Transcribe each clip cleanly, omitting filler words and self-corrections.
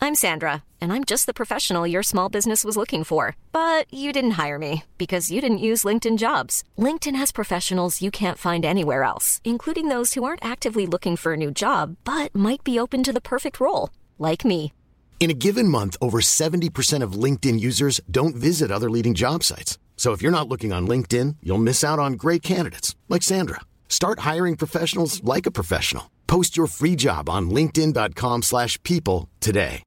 I'm Sandra, and I'm just the professional your small business was looking for. But you didn't hire me because you didn't use LinkedIn Jobs. LinkedIn has professionals you can't find anywhere else, including those who aren't actively looking for a new job, but might be open to the perfect role, like me. In a given month, over 70% of LinkedIn users don't visit other leading job sites. So if you're not looking on LinkedIn, you'll miss out on great candidates like Sandra. Start hiring professionals like a professional. Post your free job on linkedin.com/people today.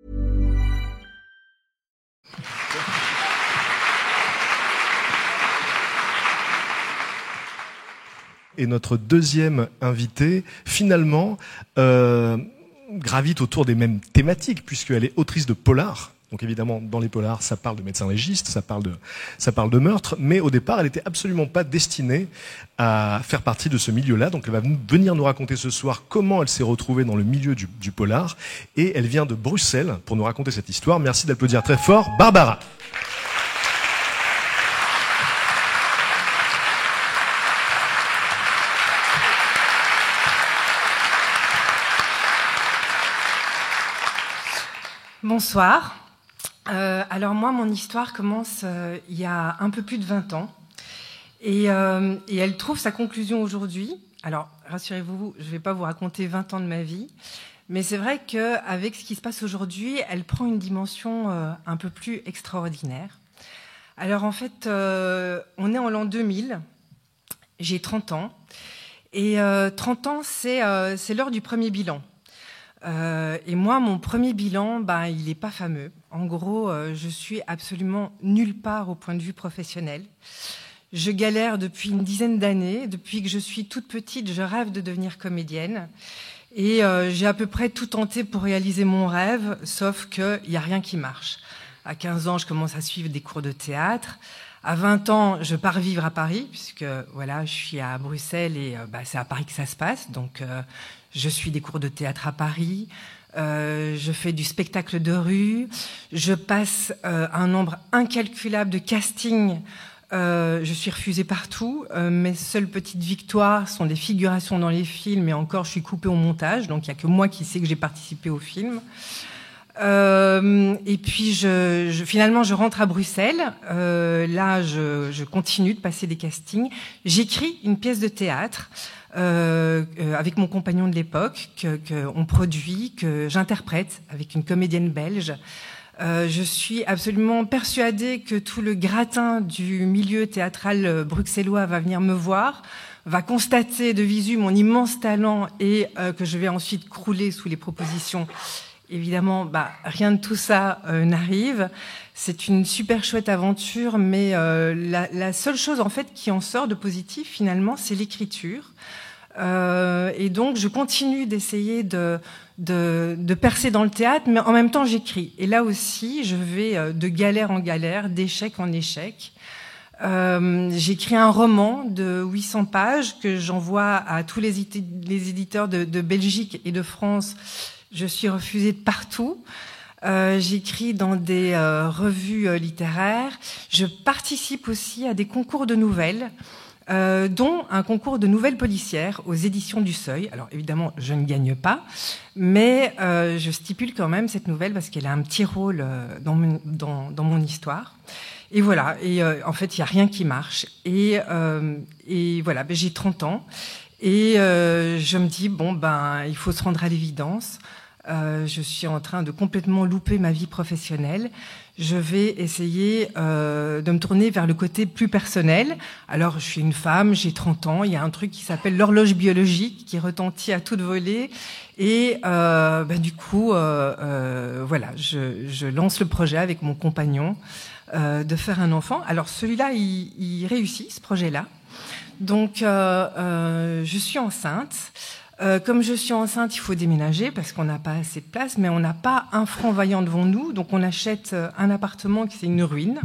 Et notre deuxième invitée, finalement, gravite autour des mêmes thématiques, puisqu'elle est autrice de polars. Donc évidemment, dans les polars, ça parle de médecins légistes, ça parle de meurtre, mais au départ, elle n'était absolument pas destinée à faire partie de ce milieu-là. Donc elle va venir nous raconter ce soir comment elle s'est retrouvée dans le milieu du polar, et elle vient de Bruxelles pour nous raconter cette histoire. Merci d'applaudir très fort Barbara. Bonsoir. Alors moi, mon histoire commence il y a un peu plus de 20 ans et elle trouve sa conclusion aujourd'hui. Alors, rassurez-vous, je ne vais pas vous raconter 20 ans de ma vie, mais c'est vrai qu'avec ce qui se passe aujourd'hui, elle prend une dimension un peu plus extraordinaire. Alors en fait, on est en l'an 2000, j'ai 30 ans, et 30 ans, c'est l'heure du premier bilan. Et moi, mon premier bilan, il n'est pas fameux. En gros, je suis absolument nulle part au point de vue professionnel. Je galère depuis une dizaine d'années. Depuis que je suis toute petite, je rêve de devenir comédienne. Et j'ai à peu près tout tenté pour réaliser mon rêve, sauf qu'il n'y a rien qui marche. À 15 ans, je commence à suivre des cours de théâtre. À 20 ans, je pars vivre à Paris, puisque voilà, je suis à Bruxelles et c'est à Paris que ça se passe. Donc, je suis des cours de théâtre à Paris. Je fais du spectacle de rue. Je passe un nombre incalculable de castings. Je suis refusée partout. Mes seules petites victoires sont des figurations dans les films, et encore, je suis coupée au montage. Donc, il n'y a que moi qui sais que j'ai participé au film. Et puis finalement je rentre à Bruxelles. Là je continue de passer des castings. J'écris une pièce de théâtre avec mon compagnon de l'époque qu'on produit, que j'interprète avec une comédienne belge. Je suis absolument persuadée que tout le gratin du milieu théâtral bruxellois va venir me voir, va constater de visu mon immense talent et que je vais ensuite crouler sous les propositions. Évidemment, rien de tout ça n'arrive. C'est une super chouette aventure, mais la seule chose en fait qui en sort de positif finalement, c'est l'écriture. Et donc, je continue d'essayer de percer dans le théâtre, mais en même temps, j'écris. Et là aussi, je vais de galère en galère, d'échec en échec. J'écris un roman de 800 pages que j'envoie à tous les éditeurs de Belgique et de France. Je suis refusée de partout. J'écris dans des revues littéraires. Je participe aussi à des concours de nouvelles, dont un concours de nouvelles policières aux éditions du Seuil. Alors évidemment, je ne gagne pas, mais je stipule quand même cette nouvelle parce qu'elle a un petit rôle dans mon histoire. Et voilà, et en fait, il n'y a rien qui marche. Et voilà, j'ai 30 ans. Et je me dis, il faut se rendre à l'évidence. Je suis en train de complètement louper ma vie professionnelle. Je vais essayer de me tourner vers le côté plus personnel. Alors, je suis une femme, j'ai 30 ans. Il y a un truc qui s'appelle l'horloge biologique qui retentit à toute volée. Et du coup, voilà, je lance le projet avec mon compagnon de faire un enfant. Alors, celui-là, il réussit, ce projet-là. Donc, je suis enceinte. Comme je suis enceinte, il faut déménager parce qu'on n'a pas assez de place, mais on n'a pas un franc vaillant devant nous, donc on achète un appartement qui c'est une ruine.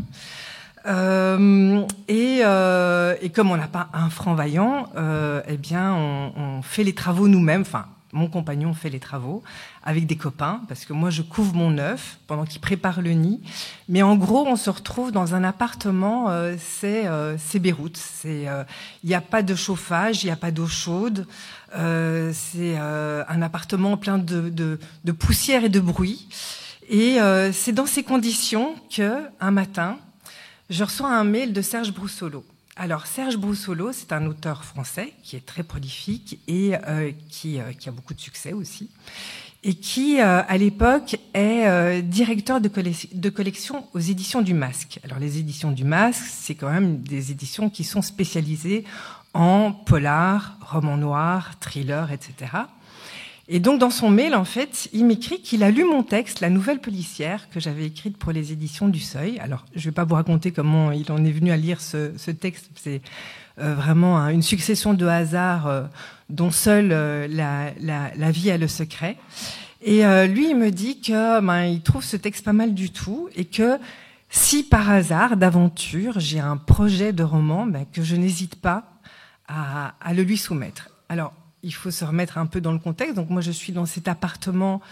Et comme on n'a pas un franc vaillant, on fait les travaux nous-mêmes. Enfin, mon compagnon fait les travaux avec des copains, parce que moi je couvre mon œuf pendant qu'il prépare le nid. Mais en gros, on se retrouve dans un appartement, c'est Beyrouth. Il n'y a pas de chauffage, il n'y a pas d'eau chaude. C'est un appartement plein de poussière et de bruit. Et c'est dans ces conditions que, un matin, je reçois un mail de Serge Broussolo. Alors, Serge Broussolo, c'est un auteur français qui est très prolifique et qui a beaucoup de succès aussi, et qui, à l'époque, est directeur de collection aux éditions du Masque. Alors, les éditions du Masque, c'est quand même des éditions qui sont spécialisées en polar, roman noir, thriller, etc. Et donc, dans son mail, en fait, il m'écrit qu'il a lu mon texte, La Nouvelle policière, que j'avais écrite pour les éditions du Seuil. Alors, je ne vais pas vous raconter comment il en est venu à lire ce texte. C'est vraiment une succession de hasards dont seule la vie a le secret. Et lui, il me dit que il trouve ce texte pas mal du tout et que si par hasard, d'aventure, j'ai un projet de roman, que je n'hésite pas à le lui soumettre. Alors, il faut se remettre un peu dans le contexte. Donc moi, je suis dans cet appartement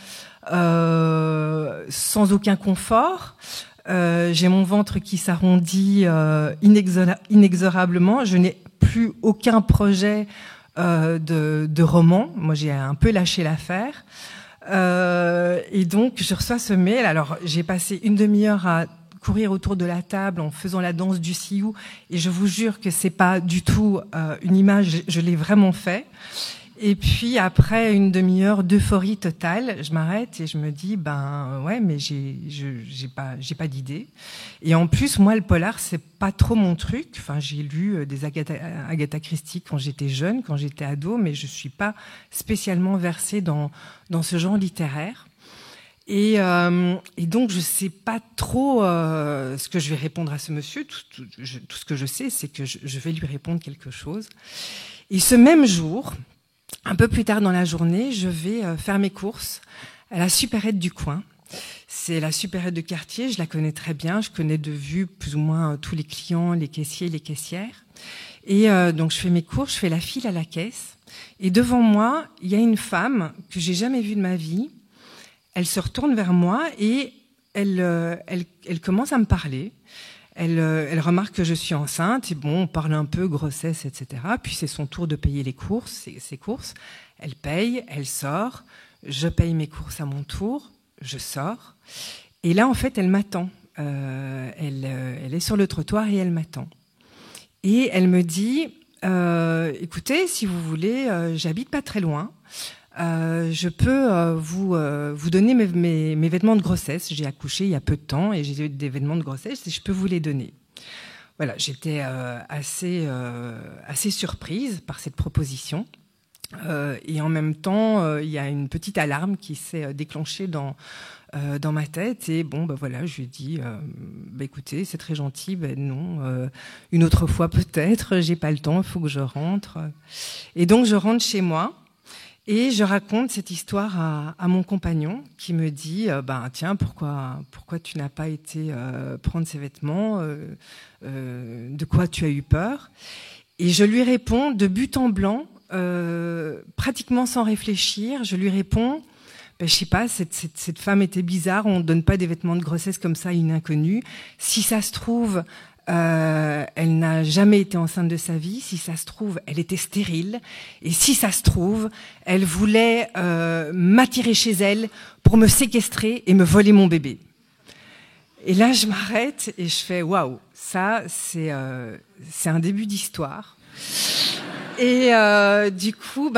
sans aucun confort. J'ai mon ventre qui s'arrondit inexorablement. Je n'ai plus aucun projet de roman. Moi, j'ai un peu lâché l'affaire. Et donc, je reçois ce mail. Alors, j'ai passé une demi-heure à courir autour de la table en faisant la danse du Sioux. Et je vous jure que c'est pas du tout une image. Je l'ai vraiment fait. Et puis après une demi-heure d'euphorie totale, je m'arrête et je me dis ouais, mais j'ai pas d'idée. Et en plus, moi, le polar, c'est pas trop mon truc. Enfin, j'ai lu des Agatha Christie quand j'étais jeune, quand j'étais ado, mais je suis pas spécialement versée dans ce genre littéraire. Et donc, je sais pas trop ce que je vais répondre à ce monsieur. Tout ce que je sais, c'est que je vais lui répondre quelque chose. Et ce même jour, un peu plus tard dans la journée, je vais faire mes courses à la supérette du coin. C'est la supérette de quartier, je la connais très bien. Je connais de vue plus ou moins tous les clients, les caissiers, les caissières. Et donc, je fais mes courses, je fais la file à la caisse. Et devant moi, il y a une femme que j'ai jamais vue de ma vie. Elle se retourne vers moi et elle commence à me parler. Elle remarque que je suis enceinte, et bon, on parle un peu grossesse, etc. Puis c'est son tour de payer ses courses. Elle paye, elle sort, je paye mes courses à mon tour, je sors. Et là, en fait, elle m'attend. Elle est sur le trottoir et elle m'attend. Et elle me dit, écoutez, si vous voulez, j'habite pas très loin. Je peux vous donner mes vêtements de grossesse. J'ai accouché il y a peu de temps et j'ai des vêtements de grossesse et je peux vous les donner. Voilà, j'étais assez surprise par cette proposition. Et en même temps, il y a une petite alarme qui s'est déclenchée dans ma tête. Et bon, voilà, je lui ai dit, écoutez, c'est très gentil, non, une autre fois peut-être, j'ai pas le temps, il faut que je rentre. Et donc, je rentre chez moi. Et je raconte cette histoire à mon compagnon qui me dit tiens, pourquoi tu n'as pas été prendre ces vêtements, de quoi tu as eu peur? Et je lui réponds de but en blanc, pratiquement sans réfléchir. Je lui réponds, je sais pas, cette femme était bizarre, on ne donne pas des vêtements de grossesse comme ça à une inconnue. Si ça se trouve, elle n'a jamais été enceinte de sa vie. Si ça se trouve, elle était stérile. Et si ça se trouve, elle voulait m'attirer chez elle pour me séquestrer et me voler mon bébé. Et là, je m'arrête et je fais waouh, ça, c'est un début d'histoire. Et du coup,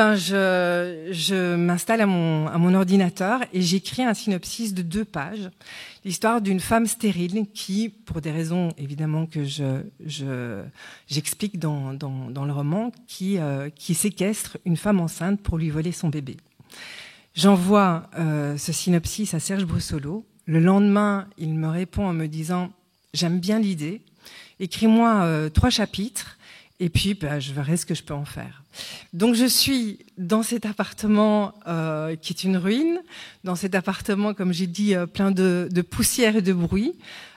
je m'installe à mon ordinateur et j'écris un synopsis de 2 pages. L'histoire d'une femme stérile qui, pour des raisons évidemment que j'explique dans le roman, qui séquestre une femme enceinte pour lui voler son bébé. J'envoie ce synopsis à Serge Broussolo. Le lendemain, il me répond en me disant « J'aime bien l'idée, écris-moi 3 chapitres. » Et puis, je verrai ce que je peux en faire. Donc, je suis dans cet appartement qui est une ruine, dans cet appartement, comme j'ai dit, plein de poussière et de bruit.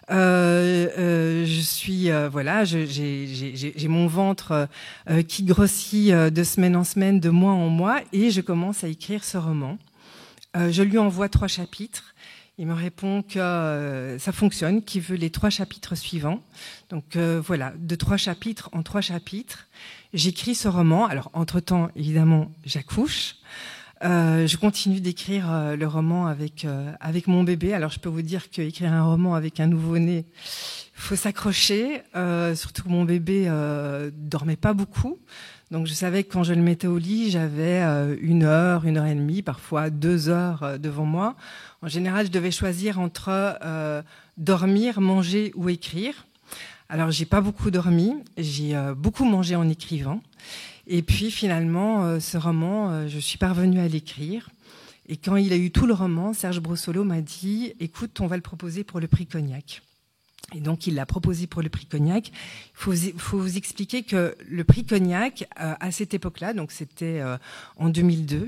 Je suis, j'ai mon ventre qui grossit de semaine en semaine, de mois en mois, et je commence à écrire ce roman. Je lui envoie 3 chapitres. Il me répond que ça fonctionne, qu'il veut les 3 chapitres suivants. Donc voilà, de 3 chapitres en 3 chapitres, j'écris ce roman. Alors entre-temps, évidemment, j'accouche. Je continue d'écrire le roman avec mon bébé. Alors je peux vous dire qu'écrire un roman avec un nouveau-né, faut s'accrocher. Surtout que mon bébé dormait pas beaucoup. Donc je savais que quand je le mettais au lit, j'avais 1 heure, 1 heure et demie, parfois 2 heures devant moi. En général, je devais choisir entre dormir, manger ou écrire. Alors j'ai pas beaucoup dormi, j'ai beaucoup mangé en écrivant. Et puis finalement, ce roman, je suis parvenue à l'écrire. Et quand il a eu tout le roman, Serge Brossolo m'a dit « Écoute, on va le proposer pour le prix Cognac ». Et donc, il l'a proposé pour le prix Cognac. Il faut vous expliquer que le prix Cognac, à cette époque-là, donc c'était en 2002,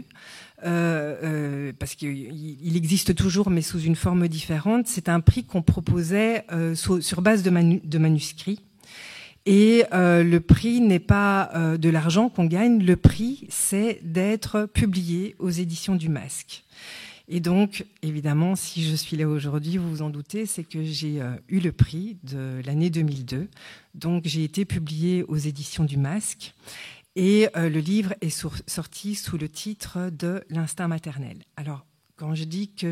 parce qu'il existe toujours, mais sous une forme différente, c'est un prix qu'on proposait sur base de manuscrits. Et le prix n'est pas de l'argent qu'on gagne, le prix, c'est d'être publié aux éditions du Masque. Et donc, évidemment, si je suis là aujourd'hui, vous vous en doutez, c'est que j'ai eu le prix de l'année 2002. Donc, j'ai été publiée aux éditions du Masque. Et le livre est sorti sous le titre de L'instinct maternel. Alors, quand je dis que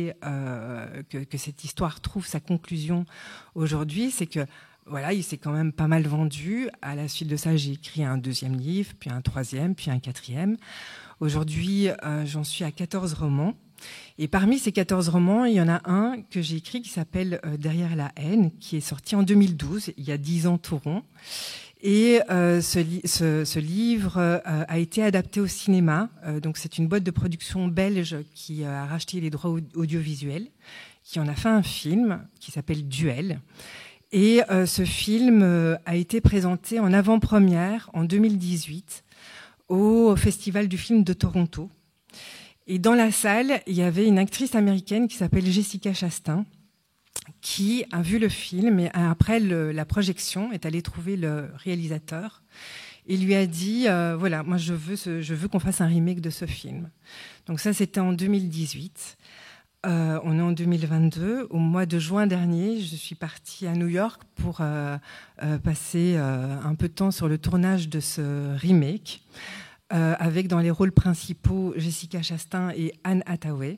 que cette histoire trouve sa conclusion aujourd'hui, c'est que voilà, il s'est quand même pas mal vendu. À la suite de ça, j'ai écrit un 2e livre, puis un 3e, puis un 4e. Aujourd'hui, j'en suis à 14 romans. Et parmi ces 14 romans, il y en a un que j'ai écrit qui s'appelle Derrière la haine, qui est sorti en 2012, il y a 10 ans tout rond. Et ce livre a été adapté au cinéma. Donc c'est une boîte de production belge qui a racheté les droits audiovisuels, qui en a fait un film qui s'appelle Duel. Et ce film a été présenté en avant-première en 2018 au Festival du film de Toronto. Et dans la salle, il y avait une actrice américaine qui s'appelle Jessica Chastain, qui a vu le film et après la projection est allée trouver le réalisateur et lui a dit voilà, moi je veux qu'on fasse un remake de ce film. Donc ça, c'était en 2018. On est en 2022. Au mois de juin dernier, je suis partie à New York pour passer un peu de temps sur le tournage de ce remake. Avec dans les rôles principaux Jessica Chastain et Anne Hathaway.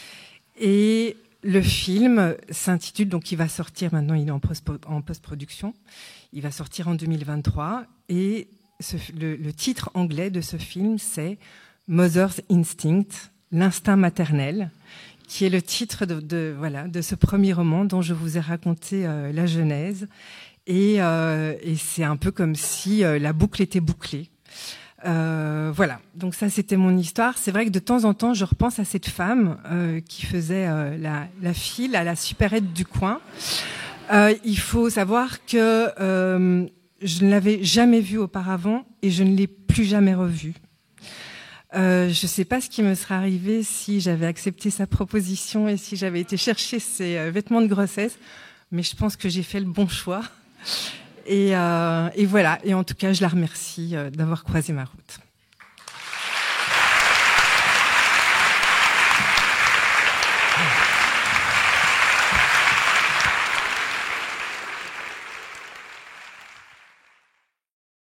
Et le film s'intitule, donc il va sortir maintenant, il est en post-production, il va sortir en 2023, et le titre anglais de ce film, c'est Mother's Instinct, l'instinct maternel, qui est le titre de ce premier roman dont je vous ai raconté la genèse, et c'est un peu comme si la boucle était bouclée. Voilà, donc ça c'était mon histoire. C'est vrai que de temps en temps je repense à cette femme qui faisait la file à la supérette du coin. Il faut savoir que je ne l'avais jamais vue auparavant et je ne l'ai plus jamais revue. Je ne sais pas ce qui me serait arrivé si j'avais accepté sa proposition et si j'avais été chercher ses vêtements de grossesse, mais je pense que j'ai fait le bon choix. Et voilà. Et en tout cas, je la remercie d'avoir croisé ma route.